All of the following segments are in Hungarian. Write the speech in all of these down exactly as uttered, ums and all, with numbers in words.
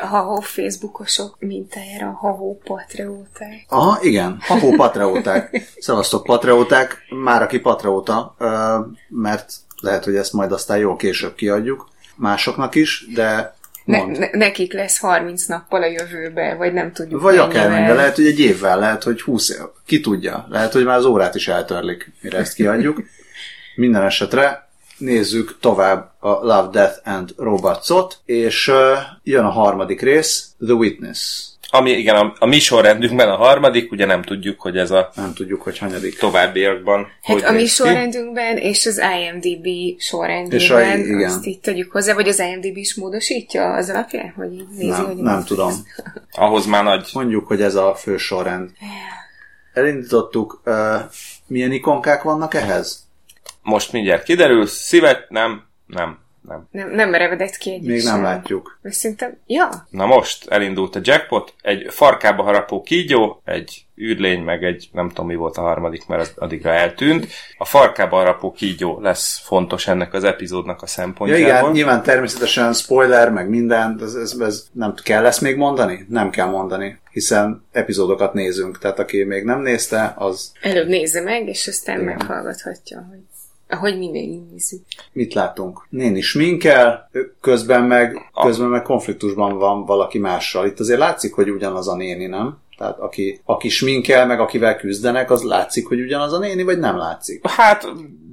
ha-hó Facebookosok mintájára a ha-hó patrióták. Aha, igen, ha-hó patrióták. Szevasztok patrióták, már aki patrióta, mert lehet, hogy ezt majd aztán jól később kiadjuk másoknak is, de ne, ne, nekik lesz harminc nappal a jövőbe, vagy nem tudjuk. Vagy akár, de lehet, hogy egy évvel, lehet, hogy húsz év. Ki tudja. Lehet, hogy már az órát is eltörlik, mire ezt kiadjuk. Minden esetre nézzük tovább a Love, Death and Robots-ot, és uh, jön a harmadik rész, The Witness. Ami igen, a, a mi sorrendünkben a harmadik, ugye nem tudjuk, hogy ez a... Nem tudjuk, hogy hanyadik. Továbbiakban. Hát a mi sorrendünkben és az IMDb sorrendjében, és a, azt így tegyük hozzá, vagy az IMDb is módosítja az alapján, hogy így nézi, nem, hogy nem tudom. Ahhoz már nagy... Mondjuk, hogy ez a fő sorrend. Elindítottuk, uh, milyen ikonkák vannak ehhez? Most mindjárt kiderül, szívet, nem, nem, nem. Nem, nem merevedett ki egyik Még sem. nem látjuk. Szerintem, ja. Na most elindult a jackpot, egy farkába harapó kígyó, egy űrlény, meg egy, nem tudom mi volt a harmadik, mert az addigra eltűnt. A farkába harapó kígyó lesz fontos ennek az epizódnak a szempontjából. Ja igen, nyilván természetesen spoiler, meg minden, ez, ez, ez nem kell ezt még mondani? Nem kell mondani, hiszen epizódokat nézünk, tehát aki még nem nézte, az... Előbb nézze meg, és aztán igen. meghallgathatja, hogy ahogy mi végignézzük. Mit látunk? Néni sminkel, közben meg, közben meg konfliktusban van valaki mással. Itt azért látszik, hogy ugyanaz a néni, nem? Tehát aki, aki sminkel, meg akivel küzdenek, az látszik, hogy ugyanaz a néni, vagy nem látszik? Hát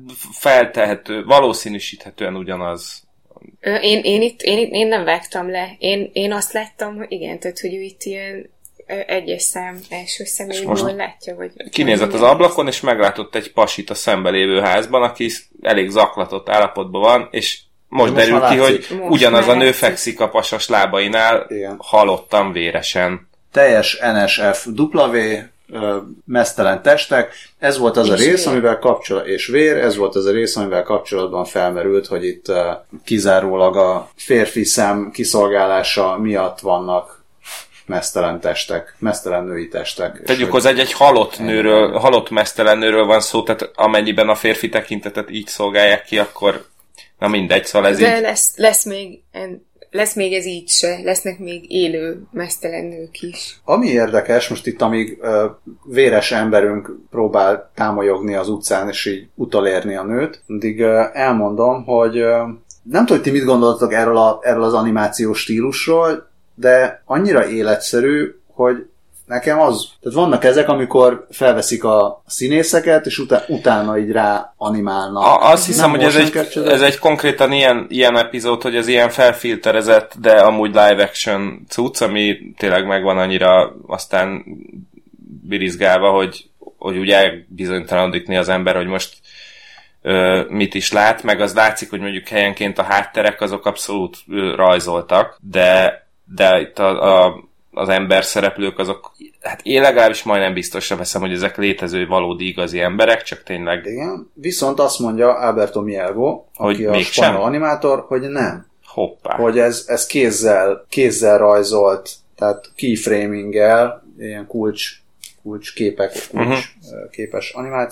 feltehető, valószínűsíthetően ugyanaz. Én, én itt én, én nem vágtam le. Én, én azt láttam, hogy igen, tehát, hogy ő itt ilyen egyes szám első személyből látja, vagy... Kinézett az ablakon, és meglátott egy pasit a szembe lévő házban, aki elég zaklatott állapotban van, és most, most derül ki, hogy most ugyanaz a nő látszik. Fekszik a pasas lábainál, igen. Halottan, véresen. Teljes en es ef dupla vé, meztelen testek. Ez volt az és a rész, vér. amivel kapcsolatban, és vér, ez volt az a rész, amivel kapcsolatban felmerült, hogy itt kizárólag a férfi szem kiszolgálása miatt vannak meztelen testek, meztelen női testek. Tegyük hozzá, egy, egy halott nőről, halott meztelen nőről van szó, tehát amennyiben a férfi tekintetet így szolgálják ki, akkor na mindegy, szóval ez de így... lesz, lesz, még, lesz még ez így se, lesznek még élő meztelen nők is. Ami érdekes, most itt amíg uh, véres emberünk próbál támolyogni az utcán, és így utolérni a nőt, addig uh, elmondom, hogy uh, nem tudom, hogy ti mit gondoltok erről, a, erről az animációs stílusról, de annyira életszerű, hogy nekem az... Tehát vannak ezek, amikor felveszik a színészeket, és utá- utána így rá animálnak. A, azt hiszem, hogy ez egy, ez egy konkrétan ilyen, ilyen epizód, hogy ez ilyen felfilterezett, de amúgy live action cucc, ami tényleg megvan annyira aztán birizgálva, hogy, hogy ugye bizonytalanodik az ember, hogy most ö, mit is lát, meg az látszik, hogy mondjuk helyenként a hátterek azok abszolút ö, rajzoltak, de de itt a, a, az ember szereplők azok, hát én legalábbis majdnem biztosra veszem, hogy ezek létező valódi igazi emberek, csak tényleg... Igen, viszont azt mondja Alberto Mielgo, aki hogy a spanyol animátor, hogy nem. Hoppá. Hogy ez, ez kézzel, kézzel rajzolt, tehát keyframing-el, ilyen kulcs, kulcs képek, kulcs uh-huh. képes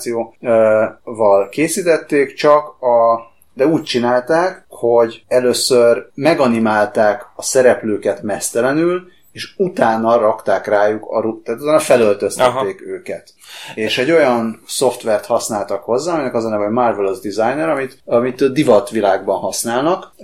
animációval készítették, csak a de úgy csinálták, hogy először meganimálták a szereplőket meztelenül, és utána rakták rájuk a ruhát, tehát utána felöltöztették Aha. őket. És egy olyan szoftvert használtak hozzá, aminek az a neve, hogy Marvelous Designer, amit, amit divatvilágban használnak,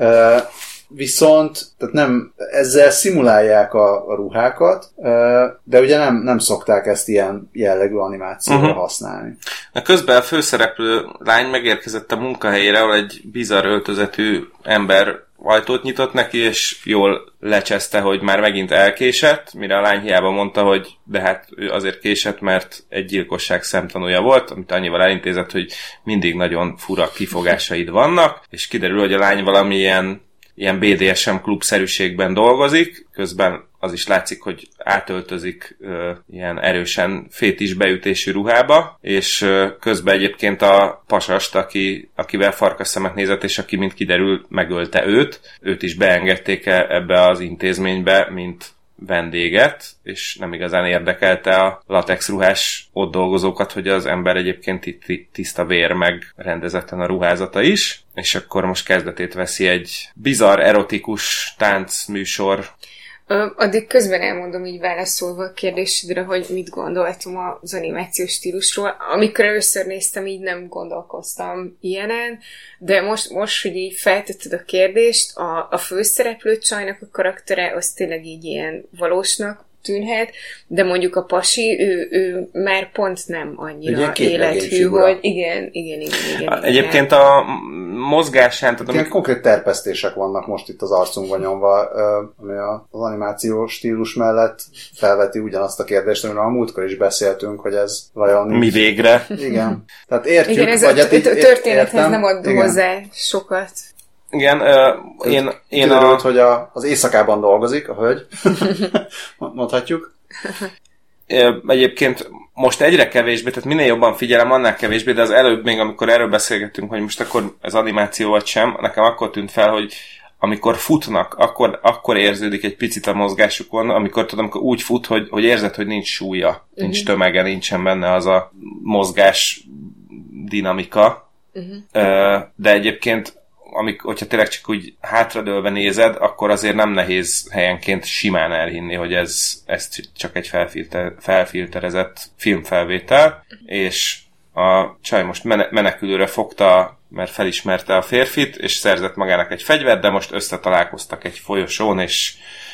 viszont tehát nem, ezzel szimulálják a, a ruhákat, de ugye nem, nem szokták ezt ilyen jellegű animációra uh-huh. használni. Na közben a főszereplő lány megérkezett a munkahelyére, ahol egy bizarr öltözetű ember ajtót nyitott neki, és jól lecseszte, hogy már megint elkésett, mire a lány hiába mondta, hogy de hát ő azért késett, mert egy gyilkosság szemtanúja volt, amit annyival elintézett, hogy mindig nagyon fura kifogásaid vannak, és kiderül, hogy a lány valamilyen ilyen bé dé es em klubszerűségben dolgozik, közben az is látszik, hogy átöltözik ö, ilyen erősen fétis beütésű ruhába, és ö, közben egyébként a pasast, aki, akivel farkasszemet nézett, és aki, mint kiderül, megölte őt, őt is beengedték ebbe az intézménybe, mint vendéget, és nem igazán érdekelte a latex ruhás ott dolgozókat, hogy az ember egyébként itt tiszta vér, meg rendezetten a ruházata is, és akkor most kezdetét veszi egy bizarr, erotikus táncműsor. Addig közben elmondom így válaszolva a kérdésedre, hogy mit gondoltam az animációs stílusról. Amikor először néztem, így nem gondolkoztam ilyenen, de most, most hogy így feltetted a kérdést, a, a főszereplő csajnak a karaktere, az tényleg így ilyen valósnak tűnhet, de mondjuk a pasi, ő, ő már pont nem annyira élethű, hogy igen, igen, igen, igen. Egyébként a mozgásán... Tehát ilyen konkrét terpesztések vannak most itt az arcunkban nyomva, ami az animációs stílus mellett felveti ugyanazt a kérdést, amiről a múltkor is beszéltünk, hogy ez vajon... Mi végre? Igen. Tehát értjük, igen, ez vagy a hát így, történethez értem. nem ad Igen. hozzá sokat. Igen, uh, én, én kiderült, a... hogy a, az éjszakában dolgozik, a hölgy. Mondhatjuk. Egyébként most egyre kevésbé, tehát minél jobban figyelem, annál kevésbé, de az előbb még, amikor erről beszélgettünk, hogy most akkor ez animáció vagy sem, nekem akkor tűnt fel, hogy amikor futnak, akkor, akkor érződik egy picit a mozgásukon, amikor tudom, amikor úgy fut, hogy, hogy érzed, hogy nincs súlya, uh-huh. nincs tömege, nincsen benne az a mozgás dinamika. Uh-huh. De egyébként amik, hogyha tényleg csak úgy hátradőlve nézed, akkor azért nem nehéz helyenként simán elhinni, hogy ez, ez csak egy felfilter, felfilterezett filmfelvétel, és a csaj most menekülőre fogta, mert felismerte a férfit, és szerzett magának egy fegyvert, de most összetalálkoztak egy folyosón, és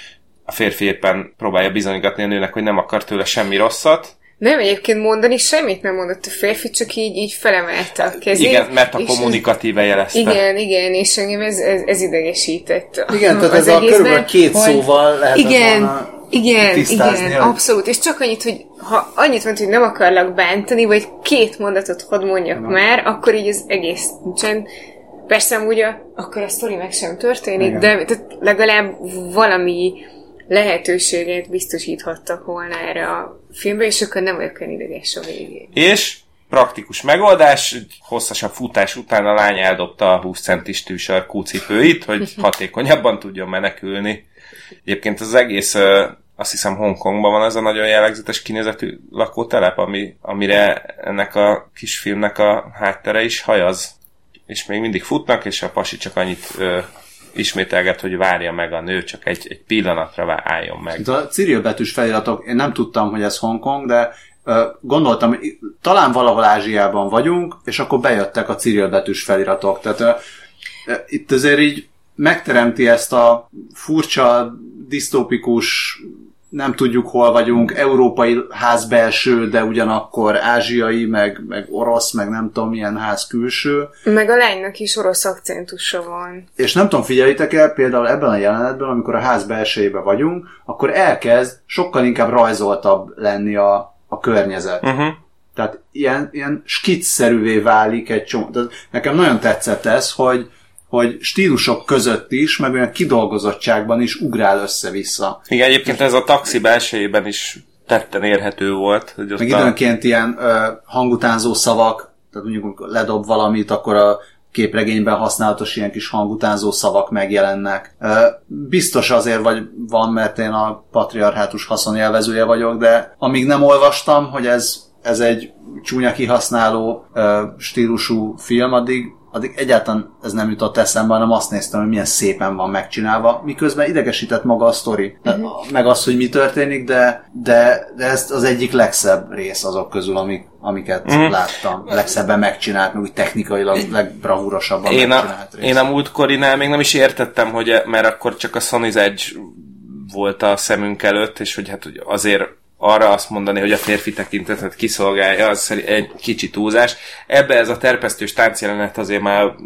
a férfi éppen próbálja bizonygatni a nőnek, hogy nem akar tőle semmi rosszat. Nem, egyébként mondani semmit nem mondott a férfi, csak így, így felemelte a kezét. Igen, mert a kommunikatíve jelezte. Igen, igen, és engem ez, ez, ez idegesített. Igen, tehát ez egészben, a körülbelül két hogy... szóval lehetett igen, volna igen, tisztázni. Igen, hogy... abszolút. És csak annyit, hogy ha annyit mondta, hogy nem akarlak bántani, vagy két mondatot hadd mondjak no. már, akkor így az egész nincsen. Persze amúgy a, akkor a sztori meg sem történik, igen. de tehát legalább valami lehetőséget biztosíthattak volna erre a filmbe, és akkor nem vagyok olyan ideges a végén. És praktikus megoldás, hosszasabb futás után a lány eldobta a húsz centis tűsarkú cipőit, hogy hatékonyabban tudjon menekülni. Egyébként az egész, azt hiszem Hongkongban van az a nagyon jellegzetes kinézetű lakótelep, ami, amire ennek a kisfilmnek a háttere is hajaz. És még mindig futnak, és a pasi csak annyit ö, ismételget, hogy várja meg a nő, csak egy, egy pillanatra álljon meg. De a cirilbetűs feliratok, én nem tudtam, hogy ez Hongkong, de uh, gondoltam, talán valahol Ázsiában vagyunk, és akkor bejöttek a cirilbetűs feliratok. Tehát uh, uh, itt azért így megteremti ezt a furcsa, disztópikus, nem tudjuk hol vagyunk, európai ház belső, de ugyanakkor ázsiai, meg, meg orosz, meg nem tudom milyen ház külső. Meg a lánynak is orosz akcentusa van. És nem tudom, figyelitek el, például ebben a jelenetben, amikor a ház belsejében vagyunk, akkor elkezd sokkal inkább rajzoltabb lenni a, a környezet. Uh-huh. Tehát ilyen, ilyen skicszerűvé válik egy csomó. Tehát nekem nagyon tetszett ez, hogy hogy stílusok között is, meg olyan kidolgozottságban is ugrál össze-vissza. Igen, egyébként ez a taxi belsejében is tetten érhető volt. Hogy meg időnként a... ilyen ö, hangutánzó szavak, tehát mondjuk ledob valamit, akkor a képregényben használatos ilyen kis hangutánzó szavak megjelennek. Ö, biztos azért vagy van, mert én a patriarhátus haszonélvezője vagyok, de amíg nem olvastam, hogy ez, ez egy csúnya kihasználó ö, stílusú film, addig addig egyáltalán ez nem jutott eszembe, hanem azt néztem, hogy milyen szépen van megcsinálva, miközben idegesített maga a sztori, uh-huh. meg az, hogy mi történik, de, de, de ez az egyik legszebb rész azok közül, amik, amiket uh-huh. láttam. Legszebben megcsinált, meg úgy technikailag legbravúrosabban én megcsinált a, rész. Én a múltkorinál még nem is értettem, hogy mert akkor csak a Sony's Edge volt a szemünk előtt, és hogy hát hogy azért arra azt mondani, hogy a férfi tekintetet kiszolgálja, az egy kicsi túlzás. Ebbe ez a terpesztős táncjelenet azért már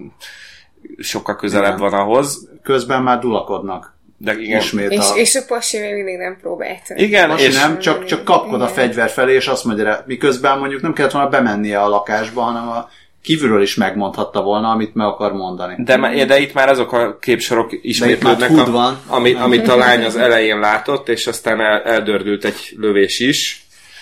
sokkal közelebb igen. van ahhoz. Közben már dulakodnak. De igen. Ismét és, a... és a pasi még mindig nem próbálta. Igen, pasi és nem, csak, csak kapkod a fegyver felé, és azt mondja, miközben mondjuk nem kellett volna bemennie a lakásba, hanem a kívülről is megmondhatta volna, amit meg akar mondani. De, de itt már azok a képsorok ismétlődnek, a, ami, amit a lány az elején látott, és aztán el, eldördült egy lövés is,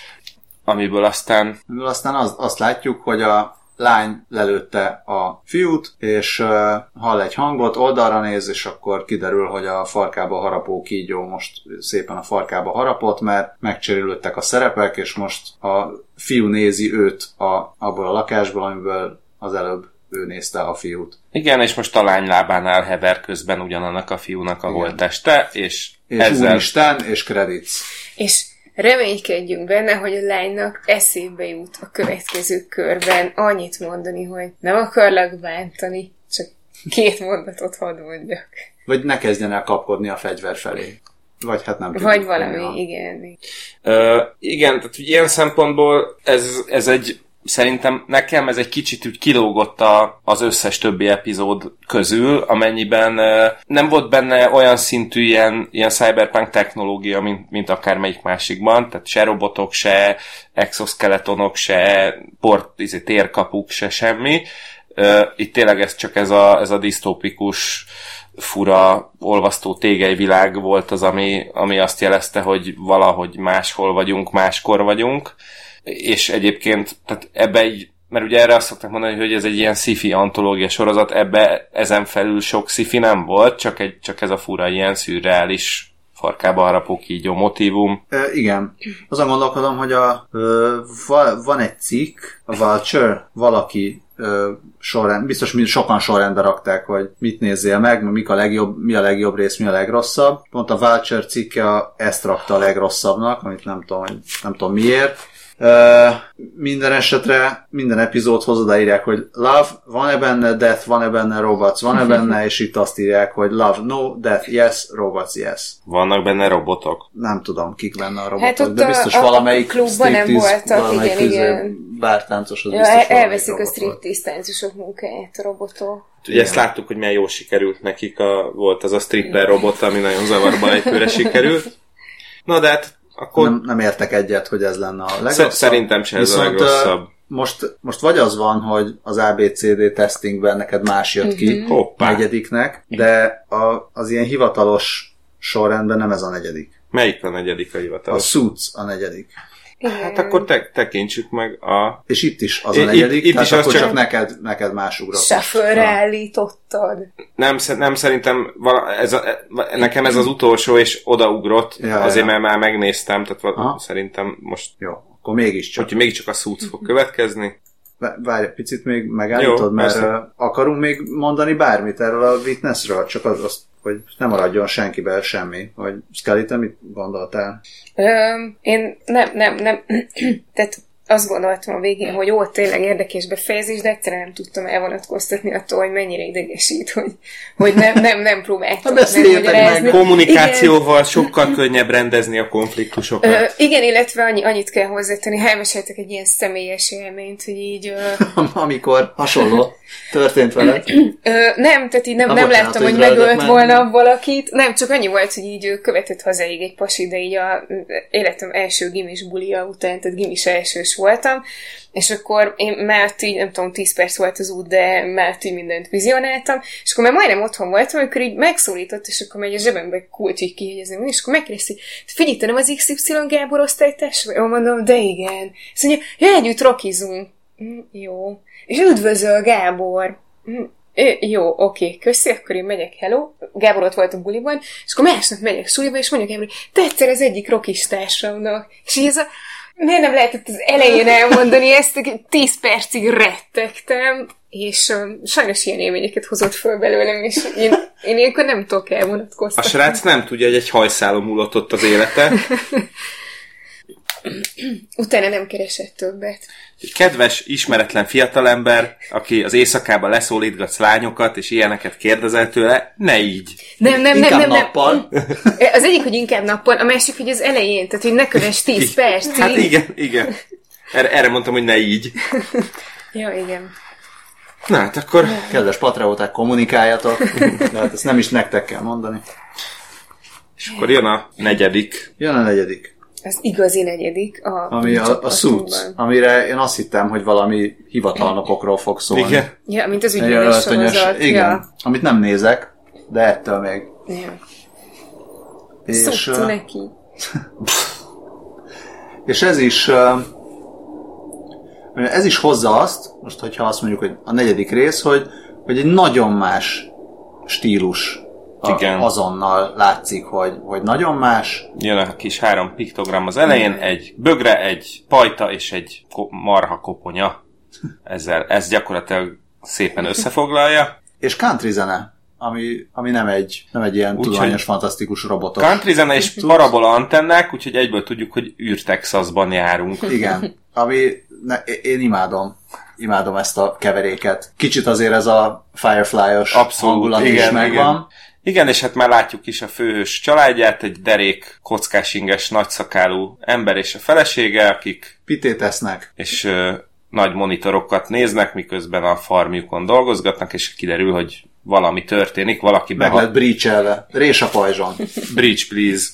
amiből aztán... Amiből aztán az, azt látjuk, hogy a lány lelőtte a fiút, és uh, hall egy hangot, oldalra néz, és akkor kiderül, hogy a farkába harapó kígyó most szépen a farkába harapott, mert megcserélődtek a szerepek, és most a fiú nézi őt a, abból a lakásból, amiből az előbb ő nézte a fiút. Igen, és most a lány lábánál hever közben ugyanannak a fiúnak a holtteste, és, és ezzel... úristen, és credits. És reménykedjünk benne, hogy a lánynak eszébe jut a következő körben annyit mondani, hogy nem akarlak bántani, csak két mondatot hadd mondjak. Vagy ne kezdjen el kapkodni a fegyver felé. Vagy hát nem Vagy valami, a... igen. Uh, igen, tehát ilyen szempontból ez, ez egy, szerintem nekem ez egy kicsit úgy kilógott a, az összes többi epizód közül, amennyiben uh, nem volt benne olyan szintű ilyen, ilyen cyberpunk technológia, mint, mint akármelyik másikban, tehát se robotok, se exoskeletonok, se port, izé, térkapuk, se semmi. Uh, itt tényleg ez csak ez a, ez a disztópikus, fura, olvasztó tégelyvilág volt az, ami, ami azt jelezte, hogy valahogy máshol vagyunk, máskor vagyunk, és egyébként tehát ebbe így, mert ugye erre azt szokták mondani, hogy ez egy ilyen sci-fi antológia sorozat, ebbe ezen felül sok sci-fi nem volt, csak, egy, csak ez a fura, ilyen szürreális farkába harapó kígyó motívum. E, igen. Azon gondolkodom, hogy a, ö, va, van egy cikk, a Vulture, valaki ö, sorrend, biztos mi sokan sorrendbe rakták, hogy mit nézzél meg, mik a legjobb, mi a legjobb rész, mi a legrosszabb. Pont a Vulture cikke a, ezt rakta a legrosszabbnak, amit nem tudom, nem tudom miért. Uh, minden esetre, minden epizódhoz odaírják, hogy love, van-e benne death, van-e benne robots, van-e benne, és itt azt írják, hogy love, no, death, yes, robots, yes. Vannak benne robotok? Nem tudom, kik benne a robotok, hát de biztos a, valamelyik a klubban nem voltak, igen, igen. Bártáncos, az ja, biztos elveszik a striptease táncosok munkáját a robotok. Ugye ezt láttuk, hogy milyen jól sikerült nekik, a, volt az a stripper robot, ami nagyon zavarba ejtőre sikerült. Na de hát akkor... Nem, nem értek egyet, hogy ez lenne a legrosszabb. Szerintem sem ez a legrosszabb. Most, most vagy az van, hogy az á bé cé dé testingben neked más jött ki, mm-hmm. negyediknek, de a, az ilyen hivatalos sorrendben nem ez a negyedik. Melyik a negyedik a hivatalos? A Suits a negyedik. Hát akkor te, tekintsük meg a... És itt is az a negyedik, itt, itt tehát is akkor csak, csak neked, neked más ugrott. Shuffle-re állítottad. Nem, nem szerintem, vala, ez a, nekem ez az utolsó, és odaugrott, ja, azért ja. mert már megnéztem, tehát vala, szerintem most... Jó, akkor mégiscsak. Úgyhogy mégiscsak a Suits fog következni. Várj, picit még megállítod, jó, mert persze. Akarunk még mondani bármit erről a Witnessről, csak az, az hogy nem maradjon senkiben semmi. Vagy Scully, te mit gondoltál? Ö, én nem, nem, nem. Tehát azt gondoltam a végén, hogy ó, tényleg érdekes befejezés, de egyszerűen nem tudtam elvonatkoztatni attól, hogy mennyire idegesít, hogy, hogy nem, nem, nem próbáltam megmagyarázni. Kommunikációval igen. Sokkal könnyebb rendezni a konfliktusokat. Ö, igen, illetve annyi, annyit kell hozzátenni, ha elmeséltek egy ilyen személyes élményt, hogy így... Ö... Amikor hasonló történt veled. Ö, nem, tehát így nem, nem bocsánat, láttam, hogy, hogy megölt volna nem. valakit. Nem, csak annyi volt, hogy így követett hazáig egy pasi, de így a életem első gimis bulia után, tehát gimis elsős voltam, és akkor én már így, nem tudom, tíz perc volt az út, de már így mindent vizionáltam, és akkor már majdnem otthon voltam, amikor így megszólított, és akkor megy a zsebembe kult így kihegyezem, és akkor megkérdezi, figyelj, te nem az iksz ipszilon Gábor osztálytárs vagy? Jó, mondom, de igen. Azt mondja, ja, együtt rockizunk. Mm, jó. És üdvözöl, Gábor. Mm, jó, oké, köszi, akkor én megyek, hello. Gábor ott volt a buliban, és akkor másnap megyek suliba, és mondjuk Gábor, te egyszer az egyik rockis társamnak. És így ez a miért nem lehetett az elején elmondani ezt, tíz percig rettegtem, és um, sajnos ilyen élményeket hozott föl belőlem, és én, én ilyenkor nem tudok elvonatkoztatni. A srác nem tudja, hogy egy hajszálon múlott ott az élete. Utána nem keresett többet. Egy kedves, ismeretlen fiatalember, aki az éjszakában leszólítgatsz lányokat, és ilyeneket kérdezel tőle, ne így. Nem, nem, inkább nem, nem, nappal. Nem. Az egyik, hogy inkább nappal, a másik, hogy az elején, tehát hogy ne kövess tíz percig. Hát igen, igen. Erre, erre mondtam, hogy ne így. Ja, igen. Na, hát akkor... Kedves patrióták, kommunikáljatok. De hát ezt nem is nektek kell mondani. És akkor jön a negyedik. Jön a negyedik. Az igazi negyedik. A ami a, a Suits, amire én azt hittem, hogy valami hivatalnokokról fog szólni. Igen. Ja, mint az ügyvédés sorozat. Igen, ja. Amit nem nézek, de ettől még. Ja. És, Szokta uh, neki. És ez is ez is hozza azt, most hogyha azt mondjuk, hogy a negyedik rész, hogy, hogy egy nagyon más stílus. Igen. Azonnal látszik, hogy, hogy nagyon más. Jön a kis három piktogram az elején, egy bögre, egy pajta és egy ko- marha koponya. Ezzel, ez gyakorlatilag szépen összefoglalja. És country zene, ami, ami nem egy, nem egy ilyen úgy, tudományos, fantasztikus robotos. Country zene és parabola antennák, úgyhogy egyből tudjuk, hogy űr-Texasban járunk. Igen, ami ne, én imádom. Imádom ezt a keveréket. Kicsit azért ez a Firefly-os hangulat is igen, megvan. Igen. igen, és hát már látjuk is a főhős családját, egy derék, kockásinges, nagyszakálú ember és a felesége, akik pitét esznek. És ö, nagy monitorokat néznek, miközben a farmjukon dolgozgatnak, és kiderül, hogy valami történik, valaki meg behal... lett breach-elve. Rés a pajzson. Breach, please.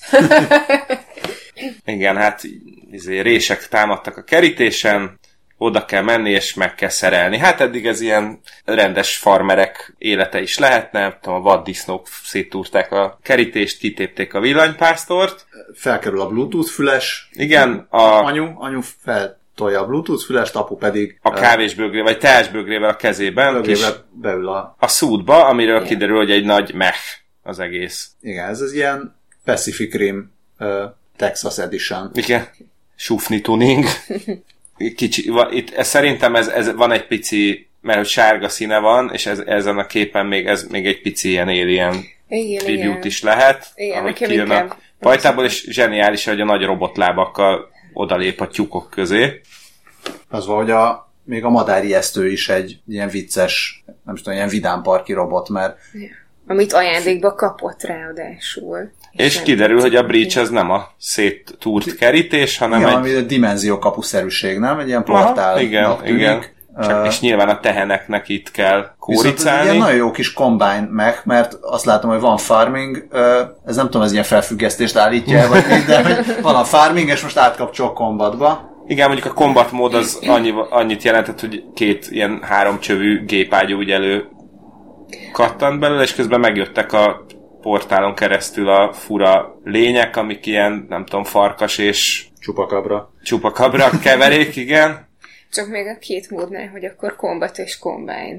Igen, hát izé, rések támadtak a kerítésen, oda kell menni, és meg kell szerelni. Hát eddig ez ilyen rendes farmerek élete is lehetne, nem tudom, a vaddisznók széttúrták a kerítést, kitépték a villanypásztort. Felkerül a Bluetooth füles. Igen, a... Anyu, anyu feltolja a Bluetooth fülest, apu pedig... A kávésbögré, vagy teásbögrével a kezében. És beül a... A szútba, amiről igen. kiderül, hogy egy nagy mech az egész. Igen, ez az ilyen Pacific Rim uh, Texas Edition. Igen, sufni tuning. Kicsi, itt, ez, szerintem ez, ez van egy pici, mert hogy sárga színe van, és ez, ezen a képen még, ez még egy pici ilyen alien tribute is lehet. Igen, ahogy kijön a pajtából, és zseniális, hogy a nagy robotlábakkal odalép a tyúkok közé. Az van, hogy a, még a madárijesztő is egy ilyen vicces, nem tudom, ilyen vidámparki robot, mert... Ja. Amit ajándékba kapott ráadásul. És, és kiderül, hogy a breach az nem a széttúrt kerítés, hanem ja, egy... ami egy dimenziókapuszerűség, nem? Egy ilyen portál. Igen, igen. Csak, uh, és nyilván a teheneknek itt kell kóricálni. Ez ilyen nagyon jó kis combine meg, mert azt látom, hogy van farming, uh, ez nem tudom, ez ilyen felfüggesztést állítja, vagy mi, de hogy van a farming, és most átkapcsol combatba. Igen, mondjuk a combat mód az annyi, annyit jelentett, hogy két ilyen háromcsövű gépágyú úgy elő kattant belőle, és közben megjöttek a portálon keresztül a fura lények, amik ilyen, nem tudom, farkas és... Csupakabra. Csupakabra keverék, igen. Csak még a két módnál, hogy akkor combat és combine.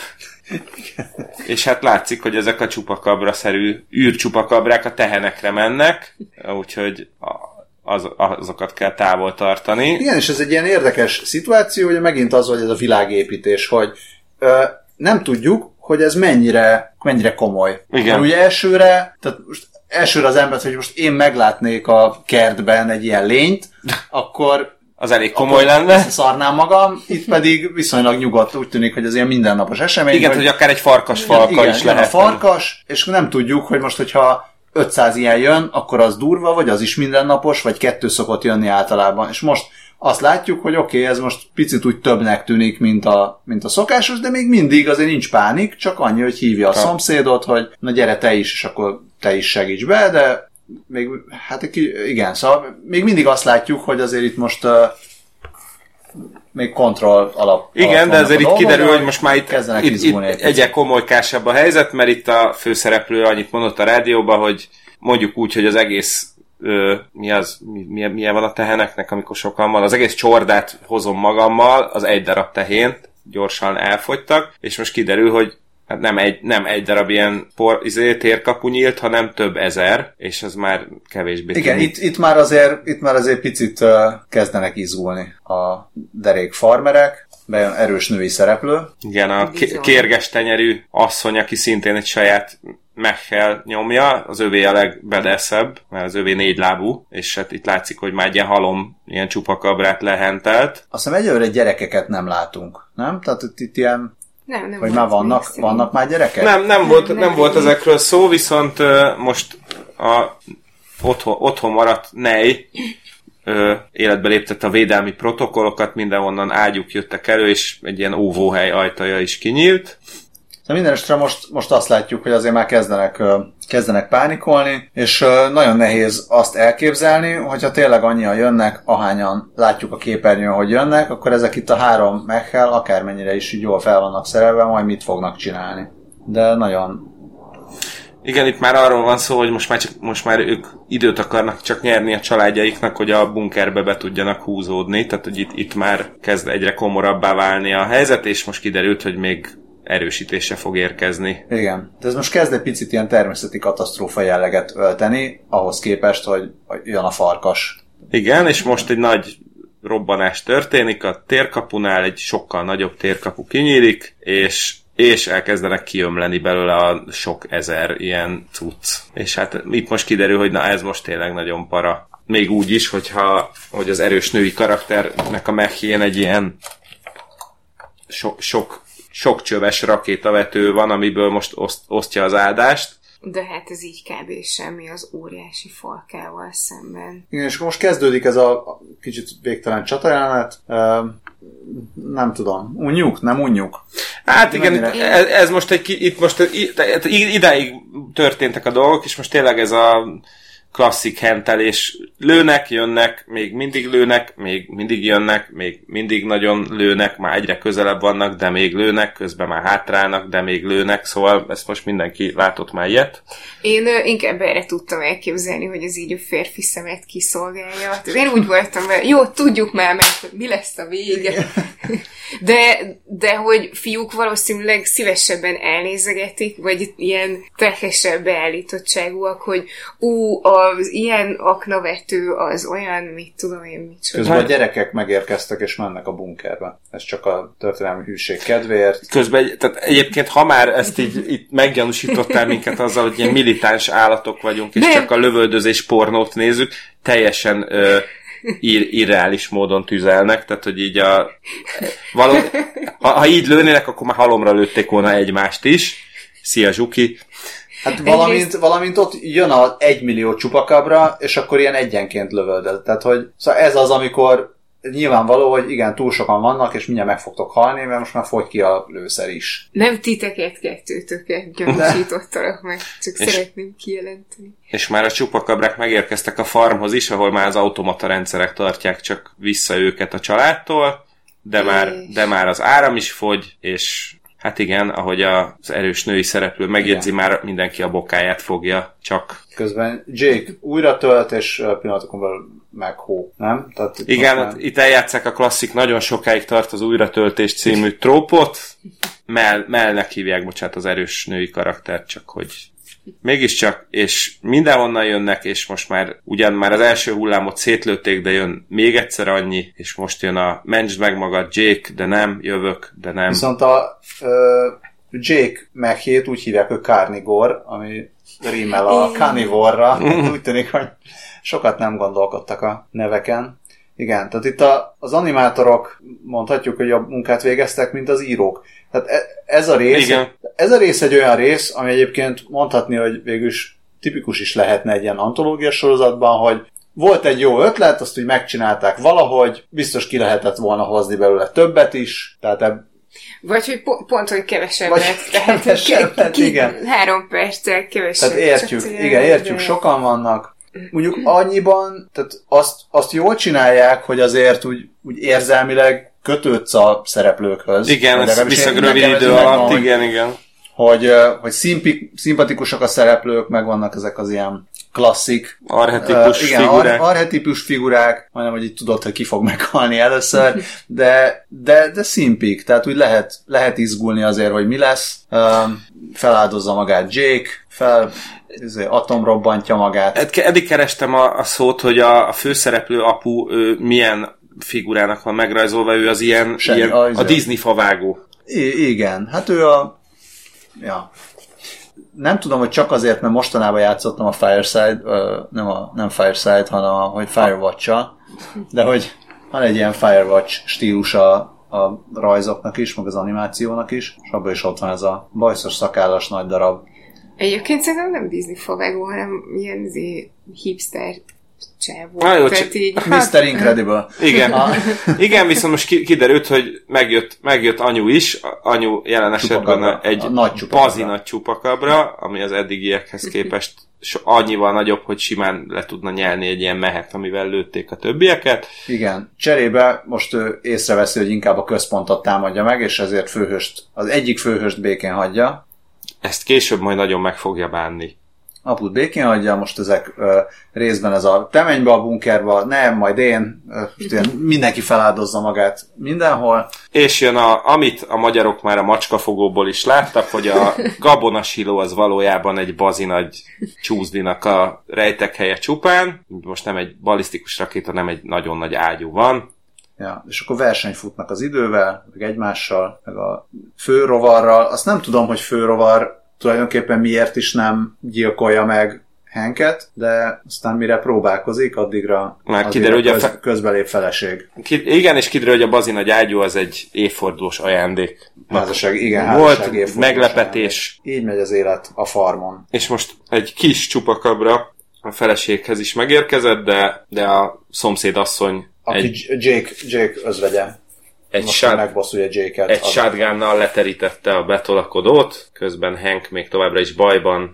És hát látszik, hogy ezek a csupakabra-szerű űrcsupakabrák a tehenekre mennek, úgyhogy az, azokat kell távol tartani. Igen, és ez egy ilyen érdekes szituáció, hogy megint az, hogy ez a világépítés, hogy ö, nem tudjuk, hogy ez mennyire, mennyire komoly. Igen. Ugye elsőre, tehát most elsőre az ember, hogy most én meglátnék a kertben egy ilyen lényt, akkor az elég komoly lenne. Szarnám magam, itt pedig viszonylag nyugodt, úgy tűnik, hogy ez ilyen mindennapos esemény. Igen, hogy, hogy akár egy farkas falka igen, is lehet. a farkas, és nem tudjuk, hogy most, hogyha ötszáz ilyen jön, akkor az durva, vagy az is mindennapos, vagy kettő szokott jönni általában. És most azt látjuk, hogy oké, okay, ez most picit úgy többnek tűnik, mint a, mint a szokásos, de még mindig azért nincs pánik, csak annyi, hogy hívja a ha. szomszédot, hogy na gyere te is, és akkor te is segíts be, de még, hát igen, szóval még mindig azt látjuk, hogy azért itt most uh, még kontroll alap. Igen, de azért itt kiderül, hogy most már itt, itt, itt egyre komolykásabb a helyzet, mert itt a főszereplő annyit mondott a rádióban, hogy mondjuk úgy, hogy az egész Ö, mi az, mi, milyen, milyen van a teheneknek, amikor sokan van, az egész csordát hozom magammal, az egy darab tehént gyorsan elfogytak, és most kiderül, hogy hát nem, egy, nem egy darab ilyen por, izé, térkapu nyílt, hanem több ezer, és az már kevésbé. Igen, itt, itt, már azért, itt már azért picit uh, kezdenek izgulni a derék farmerek, bejön erős női szereplő. Igen, a k- kérges tenyerű asszony, aki szintén egy saját mechel nyomja, az övé a legbedeszebb, mert az övé négy lábú, és hát itt látszik, hogy már egy ilyen halom, ilyen csupakabrát lehentelt. Azt hiszem egyelőre gyerekeket nem látunk, nem? Tehát itt, itt ilyen, nem, nem hogy már vannak, vannak már gyerekek? Nem, nem, volt, nem, nem volt ezekről szó, viszont uh, most a otthon, otthon maradt nej ö, életbe léptett a védelmi protokollokat, mindenhonnan ágyuk jöttek elő, és egy ilyen óvóhely ajtaja is kinyílt. De minden esetre most, most azt látjuk, hogy azért már kezdenek, kezdenek pánikolni, és nagyon nehéz azt elképzelni, hogyha tényleg annyian jönnek, ahányan látjuk a képernyőn, hogy jönnek, akkor ezek itt a három meghel, akármennyire is jól fel vannak szerelve, majd mit fognak csinálni. De nagyon... Igen, itt már arról van szó, hogy most már, csak, most már ők időt akarnak csak nyerni a családjaiknak, hogy a bunkerbe be tudjanak húzódni, tehát hogy itt, itt már kezd egyre komorabbá válni a helyzet, és most kiderült, hogy még erősítése fog érkezni. Igen, de ez most kezd egy picit ilyen természeti katasztrófa jelleget ölteni, ahhoz képest, hogy jön a farkas. Igen, és most egy nagy robbanás történik, a térkapunál egy sokkal nagyobb térkapu kinyílik, és és elkezdenek kiömleni belőle a sok ezer ilyen cucc. És hát itt most kiderül, hogy na ez most tényleg nagyon para. Még úgy is, hogyha hogy az erős női karakternek a mechjén egy ilyen so, sok, sok csöves rakétavető van, amiből most oszt, osztja az áldást. De hát ez így kb. Semmi az óriási falkával szemben. Igen, és most kezdődik ez a kicsit végtelen csatajelenet. Nem tudom. Unjuk? Nem unjuk? Hát igen, ez, ez most egy, itt most idáig történtek a dolgok, és most tényleg ez a klasszik hentelés. Lőnek, jönnek, még mindig lőnek, még mindig jönnek, még mindig nagyon lőnek, már egyre közelebb vannak, de még lőnek, közben már hátrálnak, de még lőnek, szóval ezt most mindenki látott már ilyet. Én uh, inkább erre tudtam elképzelni, hogy ez így a férfi szemet kiszolgálja. Tehát én úgy voltam, hogy jó, tudjuk már meg, hogy mi lesz a vége. De, de hogy fiúk valószínűleg szívesebben elnézegetik, vagy ilyen terhesebb beállítottságúak, hogy ú, az ilyen aknavető az olyan, mit tudom én, mit csinál. Közben a gyerekek megérkeztek és mennek a bunkerbe. Ez csak a történelmi hűség kedvéért. Közben, tehát egyébként, ha már ezt így itt meggyanúsítottál minket azzal, hogy ilyen militáns állatok vagyunk, és de... csak a lövöldözés pornót nézzük, teljesen... Ö, Ir- irreális módon tüzelnek, tehát hogy így a való, ha, ha így lőnének, akkor már halomra lőtték volna egymást is. Szia, Zsuki! Hát valamint, valamint ott jön az egymillió csupakabra, és akkor ilyen egyenként lövöldöd. Tehát, hogy szóval ez az, amikor nyilvánvaló, hogy igen, túl sokan vannak, és mindjárt meg fogtok halni, mert most már fogy ki a lőszer is. Nem titeket kettőtöket gyanúsítottalak meg, csak és, szeretném kijelenteni. És már a csupakabrák megérkeztek a farmhoz is, ahol már az automata rendszerek tartják csak vissza őket a családtól, de már, de már az áram is fogy, és hát igen, ahogy az erős női szereplő megjegyzi, igen. Már mindenki a bokáját fogja, csak... Közben Jake újra tölt, és pillanatokon belül meg hó, nem? Tehát itt igen, már... itt eljátszák a klasszik, nagyon sokáig tart az újratöltés című trópot. Mel, Melnek hívják, bocsánat, az erős női karaktert, csak hogy mégiscsak, és mindenhonnan jönnek, és most már ugyan már az első hullámot szétlőtték, de jön még egyszer annyi, és most jön a mentsd meg magad, Jake, de nem, jövök, de nem. Viszont a uh, Jake meghét úgy hívják, hogy Carnivore, ami rímel a Carnivore-ra. Úgy tűnik, hogy sokat nem gondolkodtak a neveken. Igen, tehát itt a, az animátorok mondhatjuk, hogy a munkát végeztek, mint az írók. Tehát ez a rész, igen. Ez a rész egy olyan rész, ami egyébként mondhatni, hogy végülis tipikus is lehetne egy ilyen antológia sorozatban, hogy volt egy jó ötlet, azt úgy megcsinálták valahogy, biztos ki lehetett volna hozni belőle többet is, tehát ebb... Vagy hogy po- pont, hogy kevesebbet. Vagy kevesebbet, ki, igen. Három perccel kevesebbet. Tehát értjük, igen, értjük, de... sokan vannak. Mondjuk annyiban, tehát azt, azt jól csinálják, hogy azért úgy, úgy érzelmileg kötődsz a szereplőkhöz. Igen, ez viszont rövid idő alatt, igen, igen. Hogy, hogy szimpi, szimpatikusak a szereplők, meg vannak ezek az ilyen klasszik arhetipus uh, igen, figurák. Ar- arhetipus figurák, majdnem, hogy így tudod, hogy ki fog meghalni először, de, de, de szimpik, tehát úgy lehet, lehet izgulni azért, hogy mi lesz. Uh, feláldozza magát Jake, fel atomrobbantja magát. Eddig kerestem a, a szót, hogy a, a főszereplő apu ő, milyen figurának van megrajzolva, ő az ilyen, Semmi, ilyen a, a Disney favágó. I- igen, hát ő a ja. Nem tudom, hogy csak azért, mert mostanában játszottam a Fireside, nem, a, nem Fireside, hanem a, hogy Firewatch-a, de hogy van egy ilyen Firewatch stílusa a rajzoknak is, meg az animációnak is, és abban is ott van ez a bajszos szakállas nagy darab. Egyébként szerintem nem Disney favágó, hanem ilyen hipster csávó. Ah, jó, c- így, miszter Incredible. Igen. A... Igen, viszont most kiderült, hogy megjött, megjött anyu is, anyu jelen esetben egy bazi nagy csupakabra, ami az eddigiekhez képest annyival nagyobb, hogy simán le tudna nyelni egy ilyen mehet, amivel lőtték a többieket. Igen. Cserébe most ő észreveszi, hogy inkább a központot támadja meg, és ezért főhőst, az egyik főhőst békén hagyja. Ezt később majd nagyon meg fogja bánni. Aput békén hagyja, most ezek ö, részben ez a te menj be a bunkerba, nem, majd én, ö, mindenki feláldozza magát mindenhol. És jön a, amit a magyarok már a macskafogóból is láttak, hogy a gabonasiló az valójában egy bazi nagy csúszdinak a rejtek helye csupán. Most nem egy balisztikus rakéta, nem egy nagyon nagy ágyú van. Ja, és akkor verseny futnak az idővel, meg egymással, meg a főrovarral. Azt nem tudom, hogy főrovar tulajdonképpen miért is nem gyilkolja meg Hanket, de aztán mire próbálkozik, addigra már kiderül, hogy a köz, fe... közbelép feleség. Ki... Igen, és kiderül, hogy a Bazi nagy ágyú az egy évfordulós ajándék. Házasság, igen, volt házasság meglepetés. Ajándék. Így megy az élet a farmon. És most egy kis csupakabra a feleséghez is megérkezett, de, de a szomszéd asszony aki egy... Jake, Jake özvegye. Egy, shot, Jake-et, egy shotgunnal leterítette a betolakodót, közben Hank még továbbra is bajban.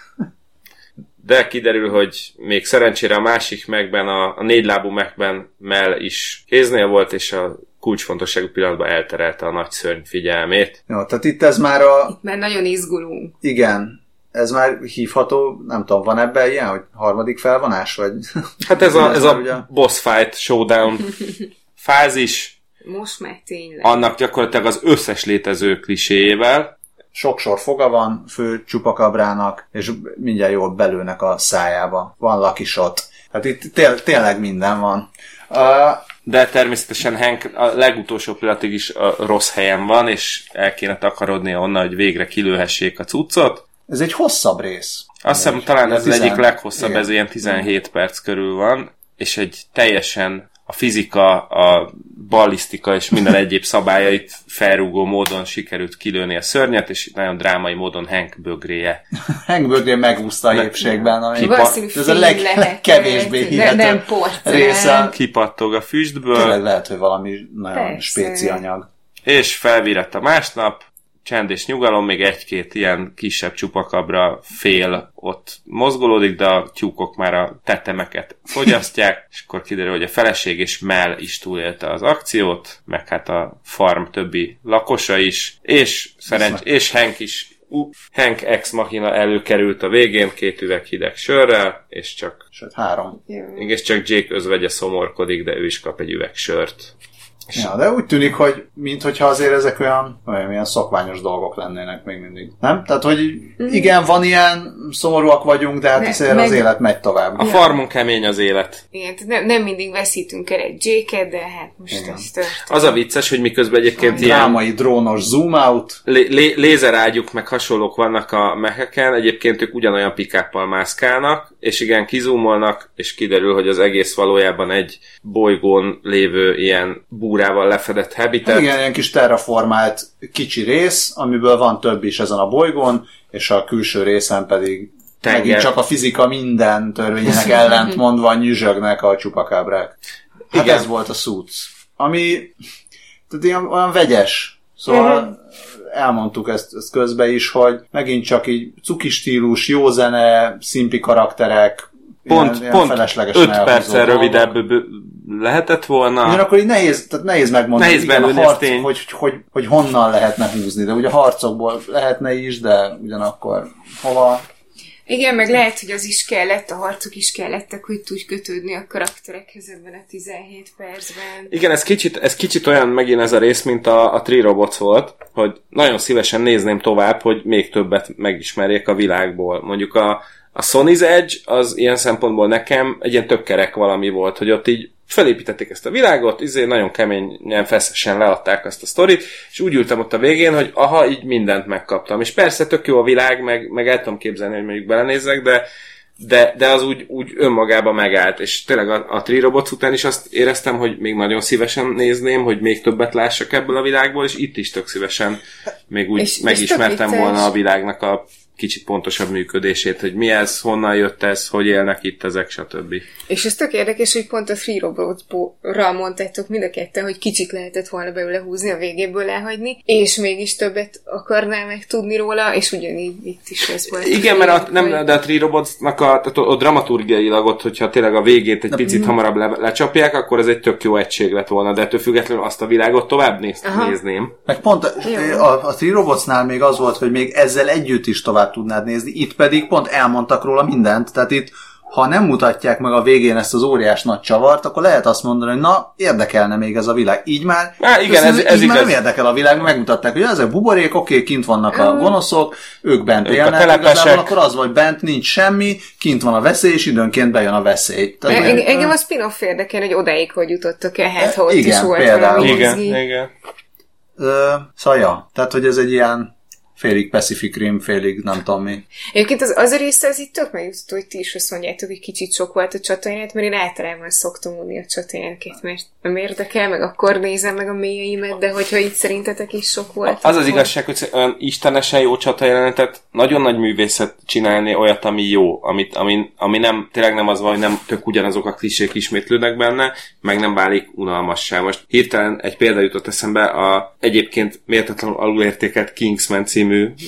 De kiderül, hogy még szerencsére a másik megben, a, a négylábú megben Mel is kéznél volt, és a kulcsfontosságú pillanatban elterelte a nagy szörny figyelmét. Jó, tehát itt ez már a... Itt már nagyon izgulunk. Igen. Ez már hívható, nem tudom, van ebben ilyen, hogy harmadik felvonás, vagy... Hát ez a, ez a ugye... boss fight, showdown fázis. Most már tényleg. Annak gyakorlatilag az összes létező kliséjével. Sok sor foga van fő csupakabrának, és mindjárt jól belőnek a szájába. Van lucky shot. Hát itt té- tényleg minden van. Uh, De természetesen Hank a legutolsó pillanatig is a rossz helyen van, és el kéne takarodnia onnan, hogy végre kilőhessék a cuccot. Ez egy hosszabb rész. Azt hiszem, talán ez az egyik leghosszabb, igen. Ez ilyen tizenhét perc körül van, és egy teljesen a fizika, a ballisztika és minden egyéb szabályait felrúgó módon sikerült kilőni a szörnyet, és nagyon drámai módon Hank bögréje. Hank bögré megúszta a épségben, ami Kipa- ez a leg, legkevésbé hihető része. Kipattog a füstből. Tényleg lehet, hogy valami nagyon Persze. spéci anyag. És felvirett a másnap, csend és nyugalom, még egy-két ilyen kisebb csupakabra fél ott mozgolódik, de a tyúkok már a tetemeket fogyasztják, és akkor kiderül, hogy a feleség és Mel is túlélte az akciót, meg hát a farm többi lakosa is, és, szerencs- és Hank is, uh, Hank ex machina előkerült a végén két üveg hideg sörrel, és csak Sőt, három. És csak Jake özvegye szomorkodik, de ő is kap egy üveg sört. Ja, de úgy tűnik, hogy minthogyha azért ezek olyan, olyan ilyen szokványos dolgok lennének még mindig. Nem? Tehát, hogy igen, van ilyen, szomorúak vagyunk, de hát azért meg... az élet megy tovább. A farmon kemény az élet. Igen, nem, nem mindig veszítünk el egy Jake-et, de hát most igen. ez történt. Az a vicces, hogy miközben egyébként a ilyen... drámai drónos zoom out. Lé- lé- lézerágyuk meg hasonlók vannak a meheken, egyébként ők ugyanolyan pick-uppal mászkálnak, és igen, kizúmolnak, és kiderül, hogy az egész valójában egy bolygón lévő ilyen búrával lefedett habitat. Igen, ilyen kis terraformált kicsi rész, amiből van több is ezen a bolygón, és a külső részen pedig tenger. Megint csak a fizika minden törvényének ellent mondva nyüzsögnek a csupakábrák. Hát igen. Ez volt a Suits. Ami tehát ilyen, olyan vegyes. Szóval uh-huh. elmondtuk ezt, ezt közben is, hogy megint csak így cuki stílus, jó zene, szimpi karakterek, Pont, ilyen, pont ilyen öt perccel rövidebb lehetett volna. Ugyanakkor így nehéz, tehát nehéz megmondani, nehéz igen, a harc, hogy, hogy, hogy, hogy honnan lehetne húzni, de ugye a harcokból lehetne is, de ugyanakkor hova... Igen, meg lehet, hogy az is kellett, a harcok is kellettek, hogy tudj kötődni a karakterekhez ebben a tizenhét percben. Igen, ez kicsit, ez kicsit olyan megint ez a rész, mint a, a Three Robots volt, hogy nagyon szívesen nézném tovább, hogy még többet megismerjék a világból. Mondjuk a A Sony's Edge az ilyen szempontból nekem egy ilyen tök kerek valami volt, hogy ott így felépítették ezt a világot, izé nagyon keményen, feszesen leadták azt a sztorit, és úgy ültem ott a végén, hogy aha, így mindent megkaptam. És persze tök jó a világ, meg, meg el tudom képzelni, hogy mondjuk belenézzek, de, de, de az úgy, úgy önmagában megállt. És tényleg a, a Three Robots után is azt éreztem, hogy még nagyon szívesen nézném, hogy még többet lássak ebből a világból, és itt is tök szívesen még úgy és, megismertem és volna a világnak a kicsit pontosabb működését, hogy mi ez, honnan jött ez, hogy élnek itt ezek, stb. És ez tök érdekes, hogy pont a Three Robots-ra mondtátok mind a ketten, hogy kicsit lehetett volna belőle húzni, a végéből elhagyni, és mégis többet akarnál meg tudni róla, és ugyanígy itt is ez volt. Igen, mert a, nem, de a Three Robots-nak a, a, a dramaturgiailag ott, hogyha tényleg a végét egy picit hamarabb le, lecsapják, akkor ez egy tök jó egység lett volna, de ettől függetlenül azt a világot tovább néz, nézném. Meg pont a, a, a Three Robotsnál még az volt, hogy még ezzel együtt is tovább tudnád nézni, itt pedig pont elmondtak róla mindent, tehát itt ha nem mutatják meg a végén ezt az óriás nagy csavart, akkor lehet azt mondani, hogy na, érdekelne még ez a világ. Így már, Há, igen, ez, ez így igaz. már nem érdekel a világ, megmutatták, hogy ezek buborék, oké, kint vannak a gonoszok, ők bent ők élnek, igazából akkor az, hogy bent nincs semmi, kint van a veszély, és időnként bejön a veszély. Tehát, engem, engem a spin-off érdekel, hogy odáig, hogy jutottak el, hát ha ott igen, is volt például. valami Igen, izgi. igen. Ö, szóval ja, tehát hogy ez egy ilyen félig Pacific Rim, félig nem tudom mi. Egyébként az, az a része az itt tök megjutott, hogy ti is azt mondjátok, hogy kicsit sok volt a csataját, mert én általában szoktam unni a csatajánket, mert nem érdekel, meg akkor nézem meg a mélyeimet, de hogyha itt szerintetek is sok volt. Az az igazság, hogy olyan istenesen jó csatajelenetet, nagyon nagy művészet csinálni olyat, ami jó, amit, ami, ami nem, tényleg nem az van, hogy nem tök ugyanazok a klisék ismétlődnek benne, meg nem válik unalmassá. Most hirtelen egy példa jutott eszembe, a egyébként méltatlanul alulértékelt Kingsman című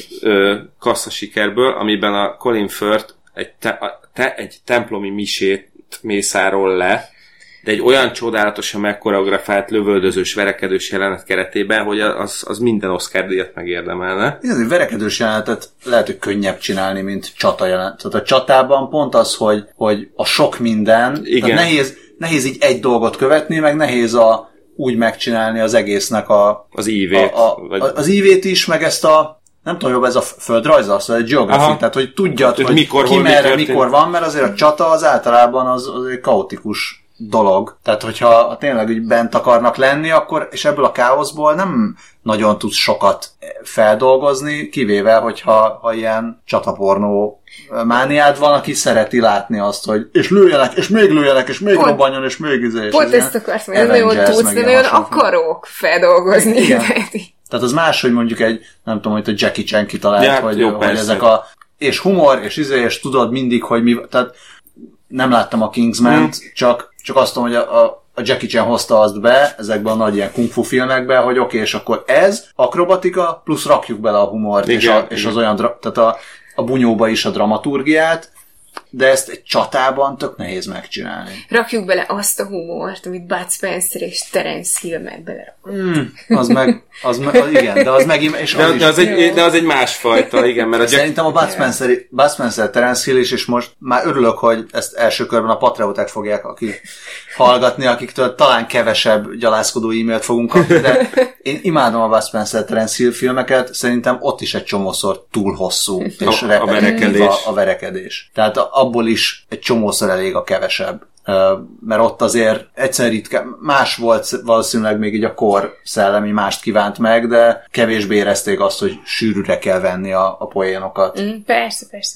ö, kasszasikerből, amiben a Colin Firth egy, te, a, te, egy templomi misét mészárol le, de egy olyan csodálatosan megkoreografált, lövöldözős, verekedős jelenet keretében, hogy az, az minden Oscar-díjat megérdemelne. Ez egy verekedős jelenetet lehet, hogy könnyebb csinálni, mint csata jelenet. Tehát a csatában pont az, hogy, hogy a sok minden, igen. Tehát nehéz, nehéz így egy dolgot követni, meg nehéz a, úgy megcsinálni az egésznek a, az ívét. A, a, vagy... az ívét is, meg ezt a nem tudom, jobb ez a földrajz, az, vagy a geography, tehát hogy tudjad, hogy, hogy mikor, ki hol, merre, mi mikor van, mert azért a csata az általában az, az egy kaotikus dolog. Tehát, hogyha tényleg úgy bent akarnak lenni, akkor, és ebből a káoszból nem nagyon tudsz sokat feldolgozni, kivéve, hogyha ha ilyen csatapornó mániád van, aki szereti látni azt, hogy és lőjenek, és még lőjenek, és még robbanjon, és még izé. Pont ezt akartam, hogy nagyon tudsz, de nagyon akarok feldolgozni. Igen. Tehát az más, hogy mondjuk egy, nem tudom, hogy a Jackie Chan kitalált, ja, hogy, jó, hogy ezek a, és humor, és izé, és tudod mindig, hogy mi, tehát nem láttam a Kingsman-t, mm. csak, csak azt tudom, hogy a, a, a Jackie Chan hozta azt be ezekben a nagy ilyen kung fu filmekben, hogy oké, okay, és akkor ez akrobatika, plusz rakjuk bele a humort, igen, és, a, és az olyan, tehát a, a bunyóba is a dramaturgiát, de ezt egy csatában tök nehéz megcsinálni. Rakjuk bele azt a humort, amit Bud Spencer és Terence Hill meg bele. Mm, az meg, az meg, az igen, de az megint, és de, az de, az egy, de az egy másfajta, igen, mert a Jack... Szerintem a Bud Spencer, Bud Spencer, Terence Hill is, és most már örülök, hogy ezt első körben a patrióták fogják aki hallgatni, akiktől talán kevesebb gyalázkodó e-mailt fogunk kapni, de én imádom a Bud Spencer, Terence Hill filmeket, szerintem ott is egy csomószor túl hosszú, és a, a verekedés. A, a verekedés. Tehát abból is egy csomószor elég a kevesebb. Mert ott azért egyszerűen ritkán, más volt valószínűleg még így a kor szellemi, mást kívánt meg, de kevésbé érezték azt, hogy sűrűre kell venni a, a poénokat. Mm, persze, persze.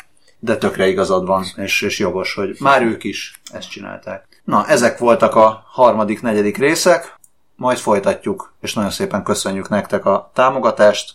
De tökre igazad van, és, és jogos, hogy már ők is ezt csinálták. Na, ezek voltak a harmadik, negyedik részek, majd folytatjuk, és nagyon szépen köszönjük nektek a támogatást.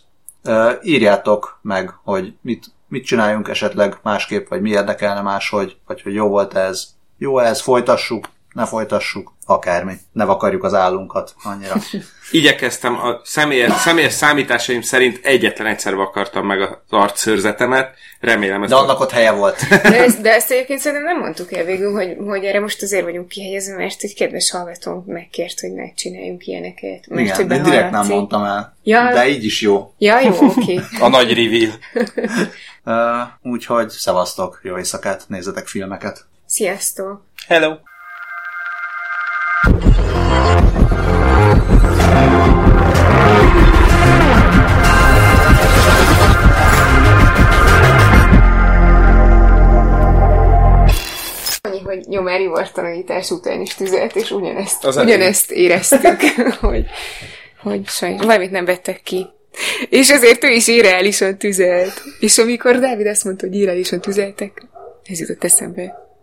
Írjátok meg, hogy mit, mit csináljunk esetleg másképp, vagy mi érdekelne máshogy, vagy hogy jó volt ez, jó ez, folytassuk, ne folytassuk, akármi. Ne vakarjuk az állunkat annyira. Igyekeztem, a személyes, személyes számításaim szerint egyetlen egyszer vakartam meg az arcszőrzetemet. Remélem ezt... De annak ott helye volt. De ezt, de ezt egyébként szerintem nem mondtuk el végül, hogy, hogy erre most azért vagyunk kihelyezve, mert egy kedves hallgatónk megkért, hogy ne csináljunk ilyeneket. Mert, igen, hogy de direkt nem mondtam el. Ja, de így is jó. Ja, jó, oké. Okay. A nagy reveal. uh, úgyhogy szevasztok, jó éjszakát, nézzetek filmeket. Sziasztok! Hello! Annyi, hogy nyomári vartanagítás után is tüzelt, és ugyanezt, ugyanezt éreztük, hogy, hogy sajnos valamit nem vettek ki. És ezért ő is irreálisan tüzelt. És amikor Dávid azt mondta, hogy irreálisan tüzeltek, ez jutott eszembe.